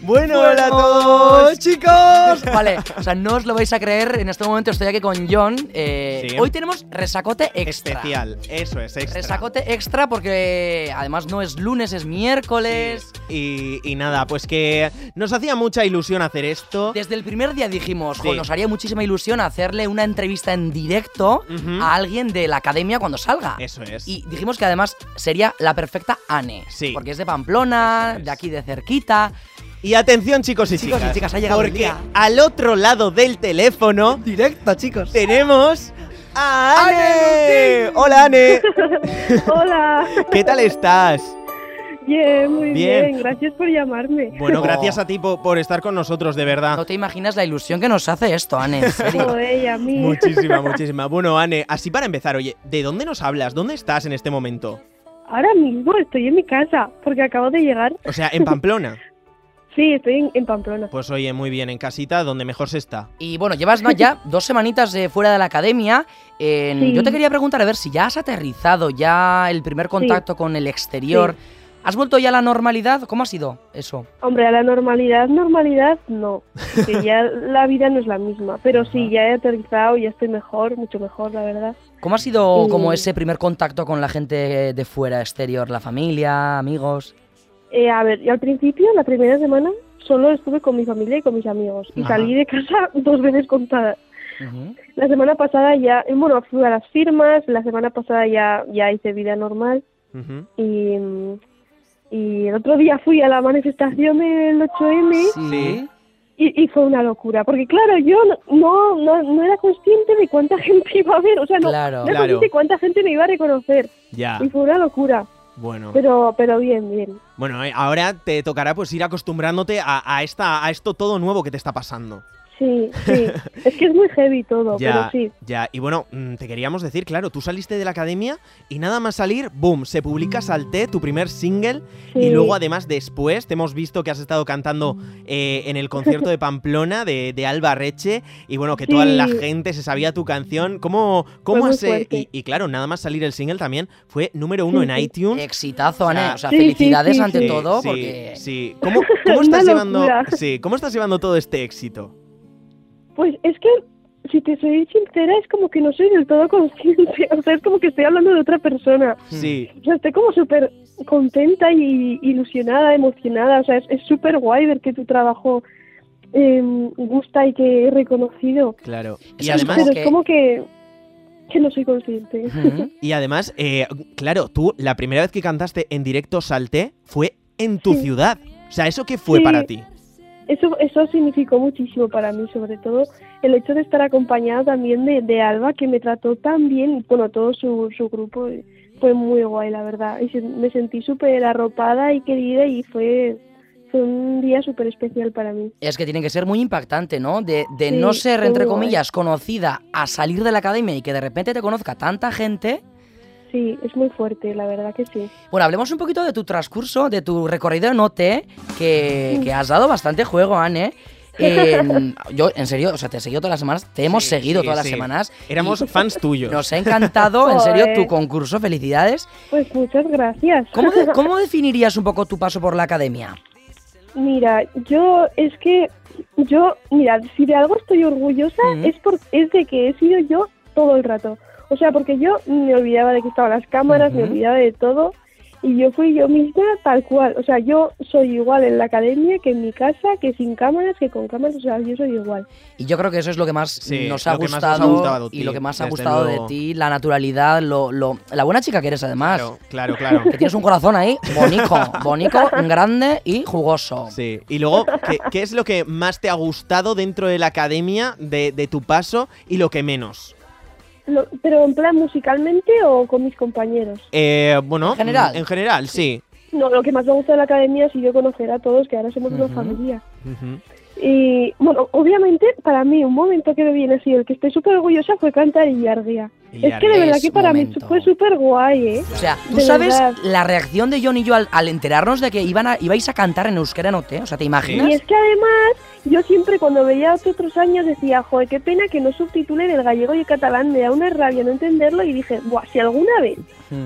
Bueno, hola a todos, chicos. Vale, o sea, no os lo vais a creer. En este momento estoy aquí con John. Sí. Hoy tenemos resacote extra. Especial, eso es, extra. Resacote extra porque además no es lunes, es miércoles. Sí. Y nada, pues que nos hacía mucha ilusión hacer esto. Desde el primer día dijimos, Sí. nos haría muchísima ilusión hacerle una entrevista en directo a alguien de la academia cuando salga. Eso es. Y dijimos que además sería la perfecta Anne. Sí. Porque es de Pamplona, Eso es. de aquí de cerquita. Y atención, chicos y Chicos y chicas, chicas, ha llegado el porque día. al otro lado del teléfono Directo, chicos. tenemos a Anne. Hola, Anne. Hola. ¿Qué tal estás? Bien, muy Bien. bien. Gracias por llamarme. Bueno, Oh. gracias a ti por estar con nosotros, de verdad. No te imaginas la ilusión que nos hace esto, Anne, en serio. Joder, y a mí. Muchísima. Bueno, Anne, así para empezar, oye, ¿de dónde nos hablas? ¿Dónde estás en este momento? Ahora mismo estoy en mi casa porque acabo de llegar. O sea, en Pamplona. Sí, estoy en Pamplona. Pues oye, muy bien, en casita, donde mejor se está. Y bueno, llevas ya 2 semanitas fuera de la academia. Sí. Yo te quería preguntar, a ver si ya has aterrizado, ya el primer contacto con el exterior. ¿Has vuelto ya a la normalidad? ¿Cómo ha sido eso? Hombre, a la normalidad no. Que ya la vida no es la misma. Pero sí, ya he aterrizado, ya estoy mejor, mucho mejor, la verdad. ¿Cómo ha sido Sí. como ese primer contacto con la gente de fuera, exterior, la familia, amigos? A ver, yo al principio, la primera semana, solo estuve con mi familia y con mis amigos. Y Ajá. salí de casa 2 veces contadas. Ujú. La semana pasada ya, bueno, fui a las firmas, la semana pasada ya hice vida normal. Ujú. Y el otro día fui a la manifestación del 8M Sí. y fue una locura. Porque claro, yo no era consciente de cuánta gente iba a ver. O sea, no Claro. era Claro. consciente de cuánta gente me iba a reconocer. Ya, Y fue una locura. bueno. Pero bien. Bueno, ahora te tocará pues ir acostumbrándote a esto todo nuevo que te está pasando. Sí. Es que es muy heavy todo, pero sí. Ya. Y bueno, te queríamos decir, claro, tú saliste de la academia y nada más salir, boom, se publica Salté, tu primer single. Sí. Y luego además después te hemos visto que has estado cantando en el concierto de Pamplona de Alba Reche. Y bueno, que toda Sí. la gente se sabía tu canción. ¿Cómo muy has...? fuerte. Y claro, nada más salir el single también fue número 1 Sí, en sí. iTunes. Exitazo, Anne. O sea, Sí, felicidades sí, ante sí. todo, Sí, porque... sí. ¿Cómo Una estás llevando? locura. Sí, ¿cómo estás llevando todo este éxito? Pues es que, si te soy sincera, es como que no soy del todo consciente. O sea, es como que estoy hablando de otra persona. Sí. O sea, estoy como súper contenta y ilusionada, emocionada. O sea, es súper guay ver que tu trabajo gusta y que es reconocido. Claro. Es Y que además, Pero que- es como que no soy consciente. Ujú. claro, tú la primera vez que cantaste en directo Salté fue en tu Sí. ciudad. O sea, ¿eso qué fue Sí. para ti? Eso significó muchísimo para mí, sobre todo el hecho de estar acompañada también de Alba, que me trató tan bien, y bueno, todo su grupo, fue muy guay, la verdad. Y me sentí súper arropada y querida y fue un día súper especial para mí. Es que tiene que ser muy impactante, ¿no? De Sí, no ser, muy entre guay. comillas, conocida a salir de la academia y que de repente te conozca tanta gente. Sí, es muy fuerte, la verdad que sí. Bueno, hablemos un poquito de tu transcurso, de tu recorrido en OT, que has dado bastante juego, Anne. Yo, en serio, o sea, te he seguido todas las semanas, te hemos Sí, seguido sí, todas las sí. semanas. Éramos fans tuyos. Nos ha encantado, en serio, tu Joder. concurso, felicidades. Pues muchas gracias. ¿Cómo definirías un poco tu paso por la academia? Mira, mira, si de algo estoy orgullosa Ujú. es de que he sido yo todo el rato. O sea, porque yo me olvidaba de que estaban las cámaras, me Ujú. olvidaba de todo y yo fui yo misma tal cual. O sea, yo soy igual en la academia que en mi casa, que sin cámaras, que con cámaras. O sea, yo soy igual. Y yo creo que eso es lo que más Sí, nos ha lo que más gustado, nos ha gustado de y ti, lo que más ha desde gustado luego. de ti, la naturalidad, la buena chica que eres además. Claro. Que tienes un corazón ahí bonito, grande y jugoso. Sí. Y luego, ¿qué es lo que más te ha gustado dentro de la academia de tu paso y lo que menos? Pero en plan musicalmente o con mis compañeros. Bueno, En general. En general, sí. No, lo que más me gusta de la academia ha sido conocer a todos, que ahora somos una familia. Ujú. Y bueno, obviamente para mí un momento que me viene así, el que estoy súper orgullosa fue cantar Illargia. Es que de verdad Es que para momento. mí fue súper guay, ¿eh? O sea, ¿tú De sabes verdad. la reacción de John y yo al enterarnos de que ibais a cantar en euskera en OT? O sea, ¿te imaginas? Y es que además, yo siempre cuando veía otros años decía, joder, qué pena que no subtitulen el gallego y el catalán, me da una rabia no entenderlo y dije, buah, si alguna vez Ujú.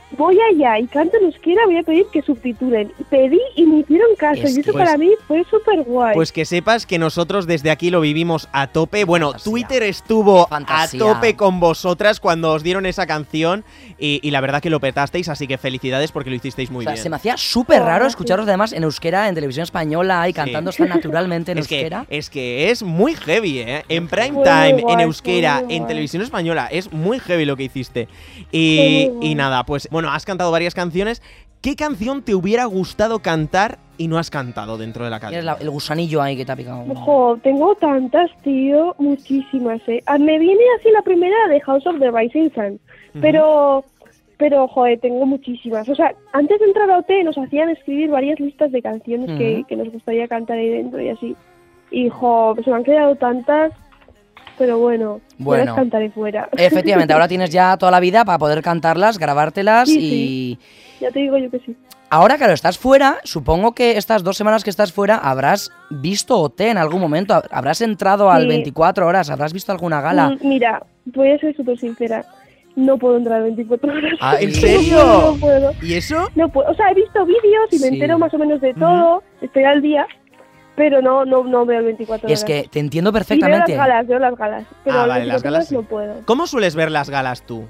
voy allá y canto en euskera, voy a pedir que subtitulen. Pedí y me hicieron caso, Es y eso que- para mí fue súper guay. Pues que sepas que nosotros desde aquí lo vivimos a tope. Bueno, Fantasía. Twitter estuvo Fantasía. a tope con vosotras cuando os dieron esa canción y la verdad que lo petasteis, así que felicidades porque lo hicisteis muy O sea, bien. se me hacía súper raro Oh, escucharos además en euskera, en televisión española y Sí. cantando tan naturalmente en Es euskera. que es muy heavy, ¿eh? En prime Fue muy time, guay, en fue euskera, muy en guay. televisión española, es muy heavy lo que hiciste. Fue Y, muy guay. y nada, pues bueno, has cantado varias canciones. ¿Qué canción te hubiera gustado cantar y no has cantado dentro de la Tienes academia? el gusanillo ahí que te ha picado. Ojo, tengo tantas, tío, muchísimas, Me viene así la primera de House of the Rising Sun, pero, joder, tengo muchísimas. O sea, antes de entrar a OT nos hacían escribir varias listas de canciones que nos gustaría cantar ahí dentro y así. Y, jo, se me han quedado tantas, pero bueno, yo Bueno. las cantaré fuera. Efectivamente, ahora tienes ya toda la vida para poder cantarlas, grabártelas Sí, y... Ya te digo yo que sí. Ahora, claro, estás fuera, supongo que estas 2 semanas que estás fuera habrás visto OT en algún momento, habrás entrado al Sí. 24 horas, habrás visto alguna gala. Mira, voy a ser súper sincera. No puedo entrar 24 horas. Ah, ¿en serio? No puedo. ¿Y eso? No puedo. O sea, he visto vídeos y Sí. me entero más o menos de todo. Estoy al día, pero no veo el 24 horas. Es que te entiendo Y veo perfectamente. veo las galas. Pero Ah, las vale, las 24 galas horas sí. no puedo. ¿Cómo sueles ver las galas tú?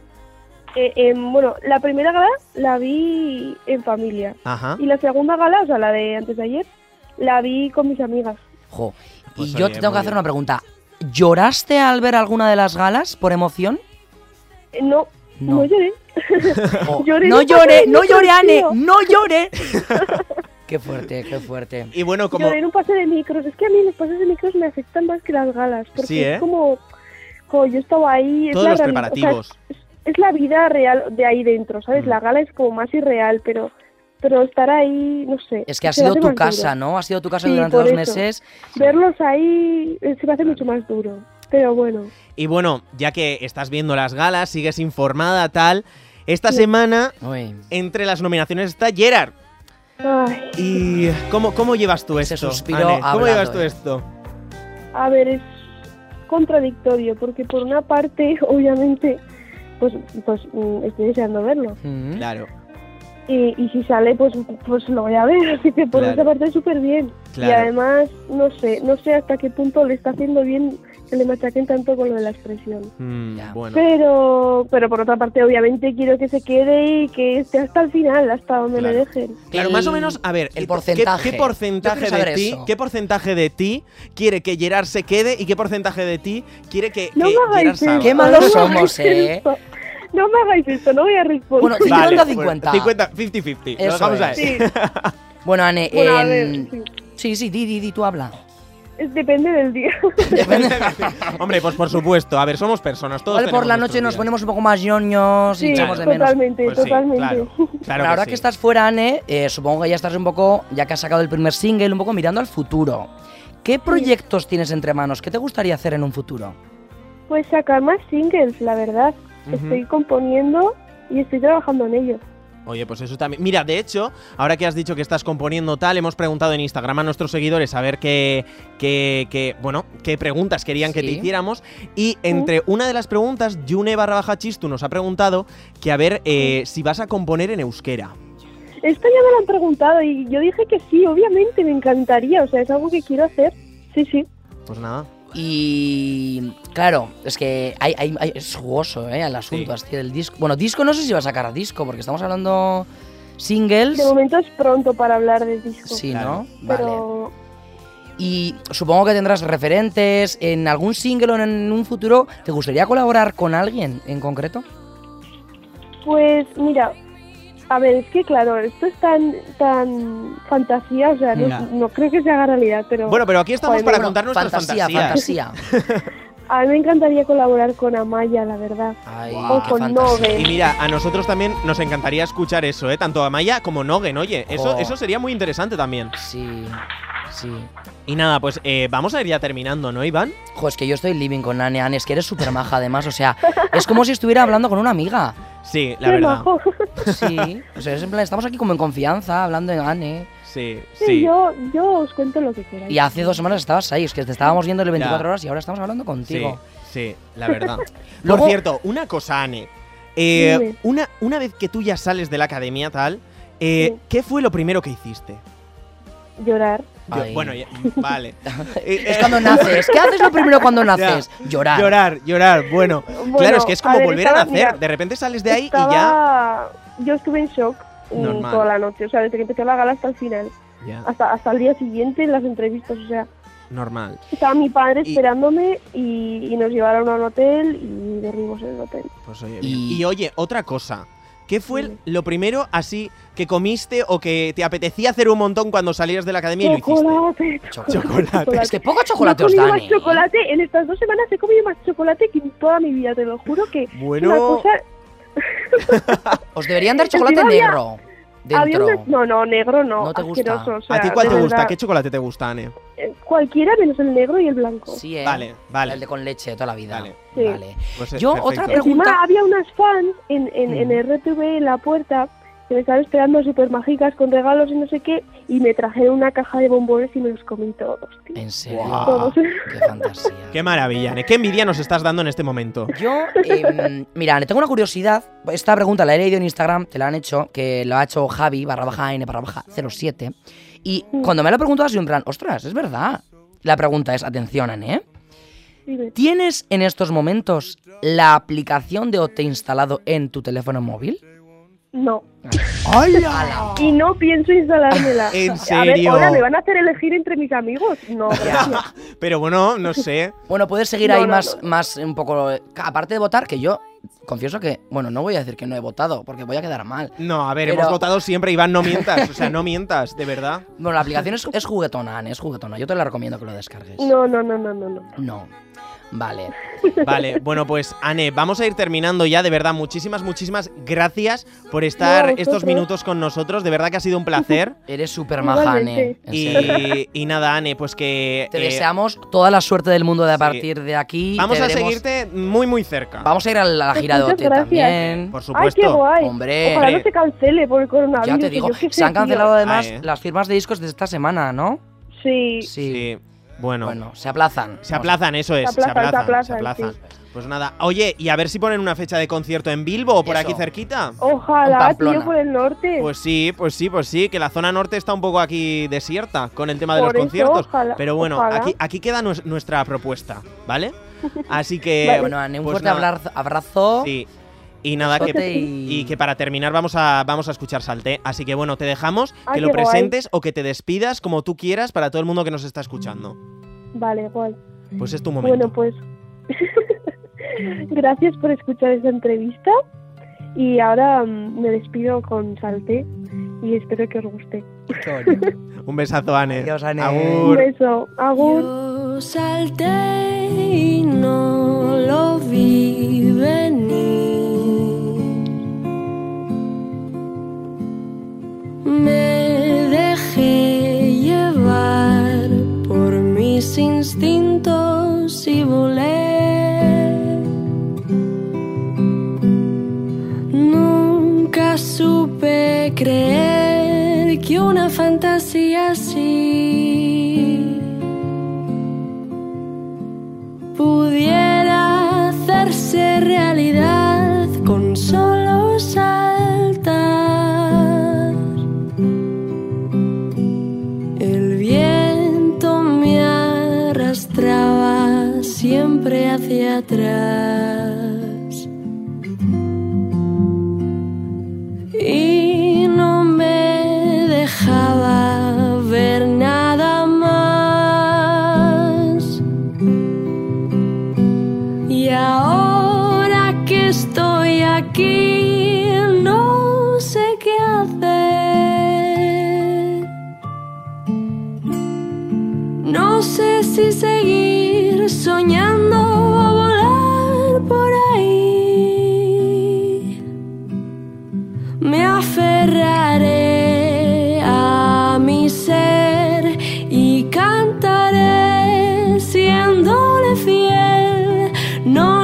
Bueno, la primera gala la vi en familia. Ajá. Y la segunda gala, o sea, la de antes de ayer, la vi con mis amigas. Jo. Pues Y yo oye, te tengo que muy hacer bien. una pregunta. ¿Lloraste al ver alguna de las galas por emoción? No, No. no lloré. Jo, Lloré no en un par lloré, de no micros, lloré, Ane, tío. no lloré. Qué fuerte, qué fuerte. Y bueno, como... Lloré en un pase de micros. Es que a mí los pases de micros me afectan más que las galas. Porque Sí, ¿eh? es como... yo estaba ahí... Todos es la los realidad, o sea, preparativos. es la vida real de ahí dentro, ¿sabes? Mm. La gala es como más irreal, pero estar ahí, no sé. Es que ha se me sido hace tu más casa, duro. ¿no? Ha sido tu casa Sí, durante por 2 eso. meses. Verlos ahí se me hace mucho más duro. Pero bueno, Y bueno, ya que estás viendo las galas, sigues informada, tal... Esta Sí. semana, Uy, entre las nominaciones está Gerard. ay, ¿Y cómo llevas tú Ese esto, suspiro Ane? ¿Cómo hablando, llevas tú eh. esto? a ver, es contradictorio, porque por una parte, obviamente, pues estoy deseando verlo. mm. Claro, Y si sale, pues lo voy a ver, así que por Claro. esa parte súper bien. Claro. Y además, no sé hasta qué punto le está haciendo bien que le machaquen tanto con lo de la expresión. Ya. bueno. Pero por otra parte, obviamente quiero que se quede y que esté hasta el final, hasta donde Claro. me dejen. Claro, más o menos, a ver, el porcentaje. ¿qué porcentaje Yo quiero de saber ti, eso. qué porcentaje de ti quiere que Gerard se quede y qué porcentaje de ti quiere que, No que me Gerard hagáis salga? esto. Qué malos no me somos, hagáis ¿eh? esto. No me hagáis esto, no voy a responder. Bueno, 50-50. 50-50. Lo Eso dejamos es. ahí. Sí, Bueno, Ane, bueno, a ver, sí. sí, di, tú habla. Depende del día. Hombre, pues por supuesto. A ver, somos personas. Todos Vale, por tenemos la nuestros noche nos días. ponemos un poco más ñoños y Sí, echamos de menos. totalmente, Pues sí, totalmente. claro. Claro Pero ahora que sí. estás fuera, Ane, supongo que ya estás un poco, ya que has sacado el primer single, un poco mirando al futuro. ¿Qué proyectos tienes entre manos? ¿Qué te gustaría hacer en un futuro? Pues sacar más singles, la verdad. Ujú. Estoy componiendo y estoy trabajando en ello. Oye, pues eso también. Mira, de hecho, ahora que has dicho que estás componiendo tal, hemos preguntado en Instagram a nuestros seguidores a ver qué preguntas querían que te Sí. hiciéramos. Y entre una de las preguntas, Yune_Chistu nos ha preguntado que a ver si vas a componer en euskera. Esto ya me lo han preguntado y yo dije que sí, obviamente, me encantaría. O sea, es algo que quiero hacer. Sí, sí. Pues nada. Y claro, es que es jugoso, el asunto Sí. así del disco. Bueno, disco no sé si va a sacar a disco, porque estamos hablando singles. De momento es pronto para hablar del disco. Sí, Claro. ¿no? Vale. Pero Y supongo que tendrás referentes en algún single o en un futuro. ¿Te gustaría colaborar con alguien en concreto? pues mira, a ver, es que claro, esto es tan fantasía, o sea, Ya. no creo que se haga realidad, pero Bueno, pero aquí estamos Joder, para bueno, contar nuestras fantasía. a mí me encantaría colaborar con Amaya, la verdad. Ay, O qué con fantasía. Nogue. Y mira, a nosotros también nos encantaría escuchar eso, tanto a Maya como Nogen, oye. Eso, Jo. eso sería muy interesante también. Sí, sí. Y nada, pues vamos a ir ya terminando, ¿no, Iván? Jo, es que yo estoy living con Ane. Ane, es que eres súper maja además, o sea, es como si estuviera hablando con una amiga. Sí, la Qué verdad. majo. Sí, o sea, es en plan, estamos aquí como en confianza, hablando de Ane. Sí, Sí, sí. yo os cuento lo que queráis. Y hace 2 semanas estabas ahí, es que te estábamos viendo el 24 Ya. horas y ahora estamos hablando Sí, contigo. sí, la verdad. Luego- Por cierto, una cosa, Ane. Dime. Una vez que tú ya sales de la academia, tal, Sí. ¿qué fue lo primero que hiciste? Llorar. Ay. Bueno, vale. Es cuando naces. ¿Qué haces lo primero cuando naces? Llorar. Llorar. Bueno, claro, es que es a como ver, volver a estaba- nacer. mira, De repente sales de ahí y ya. Yo estuve en shock Normal. toda la noche, o sea, desde que empezó la gala hasta el final, Ya, hasta el día siguiente en las entrevistas, o sea, normal. estaba mi padre Y- esperándome y nos llevaron a un hotel y dormimos en el hotel. Pues oye, Y- bien. Y oye, otra cosa. ¿Qué fue Dime. lo primero así que comiste o que te apetecía hacer un montón cuando salías de la academia y lo hiciste? Chocolate. Es que poco chocolate No os he comido dan, más chocolate, en estas 2 semanas he comido más chocolate que en toda mi vida, te lo juro que Bueno. una cosa... Os deberían dar chocolate Encima había- negro. Había Dentro. no, negro no, ¿No te gusta? asqueroso, o sea, ¿A ti cuál de te gusta? verdad. ¿Qué chocolate te gusta, Ane? Cualquiera menos el negro y el blanco. Sí, Vale, vale. El de con leche toda la vida. Vale. Sí. Vale. Pues, Yo, perfecto. otra pregunta. Encima había unas fans en RTV en la puerta que me estaban esperando súper mágicas con regalos y no sé qué, y me trajeron una caja de bombones y me los comí todos, tío. En serio. Guau. Todos. Qué fantasía. Qué maravilla, Ane. Qué envidia nos estás dando en este momento. Yo, mira, tengo una curiosidad. Esta pregunta la he leído en Instagram, te la han hecho, que lo ha hecho Javi, _N_07. Y cuando me lo preguntado ha sido en plan, ostras, es verdad. La pregunta es, atención, Anne, Dime. ¿tienes en estos momentos la aplicación de OT instalado en tu teléfono móvil? No. ¡Hala! Y no pienso instalármela. ¿En A ver, serio? hola, ¿me van a hacer elegir entre mis amigos? No, gracias. Pero bueno, no sé. Bueno, puedes seguir No, ahí no, más un poco... Aparte de votar, que yo confieso que... Bueno, no voy a decir que no he votado, porque voy a quedar mal. No, a ver, Pero- hemos votado siempre, Iván, no mientas. O sea, no mientas, de verdad. Bueno, la aplicación es juguetona, Anne, es juguetona. Yo te la recomiendo que lo descargues. No. No. Vale. Vale, bueno, pues, Ane, vamos a ir terminando ya. De verdad, muchísimas gracias por estar No, a estos vosotros. minutos con nosotros. De verdad que ha sido un placer. Eres súper maja, Anne. Igualmente. En serio. Y nada, Ane, pues que... Te deseamos toda la suerte del mundo de a sí. partir de aquí. Vamos Te a veremos- seguirte muy cerca. Vamos a ir a la Pues gira de muchas OT gracias. también. Por Ay, supuesto. qué guay. Hombre. Ojalá no se cancele por el coronavirus. Ya te digo, yo qué sé, se han tío. cancelado además Ay, las firmas de discos de esta semana, ¿no? Sí. Sí. Bueno, Bueno, se aplazan. se aplazan, eso es. Se aplazan, sí. Pues nada. Oye, y a ver si ponen una fecha de concierto en Bilbo o por Eso. aquí cerquita. En Ojalá, Pamplona. tío, por el norte. Pues sí, que la zona norte está un poco aquí desierta con el tema de Por los eso, conciertos. ojalá, Pero bueno, ojalá. aquí queda nuestra propuesta, ¿vale? Así que. Vale. Bueno, Anne, un pues fuerte nada. abrazo. Sí. Y nada, que, Besote y- y que para terminar vamos a escuchar Salté. Así que bueno, te dejamos Ah, que lo qué guay. presentes o que te despidas como tú quieras para todo el mundo que nos está escuchando. Vale, igual. Pues es tu momento. Bueno, pues gracias por escuchar esta entrevista y ahora me despido con Salté y espero que os guste. Un besazo, Ane. Adiós, Ane. Un Agur. beso. Agur. Yo salté y no lo vi venir. Me dejé llevar por mis instintos y volé. Nunca supe creer que una fantasía así pudiera hacerse realidad con solo saltar. El viento me arrastraba siempre hacia atrás y no me dejaba ver nada más. Y ahora que estoy aquí, no sé qué hacer. No sé si seguir soñando o volar por ahí. Me aferraré a mi ser y cantaré siéndole fiel. No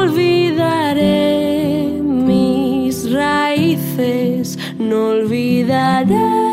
olvidaré mis raíces, no olvidaré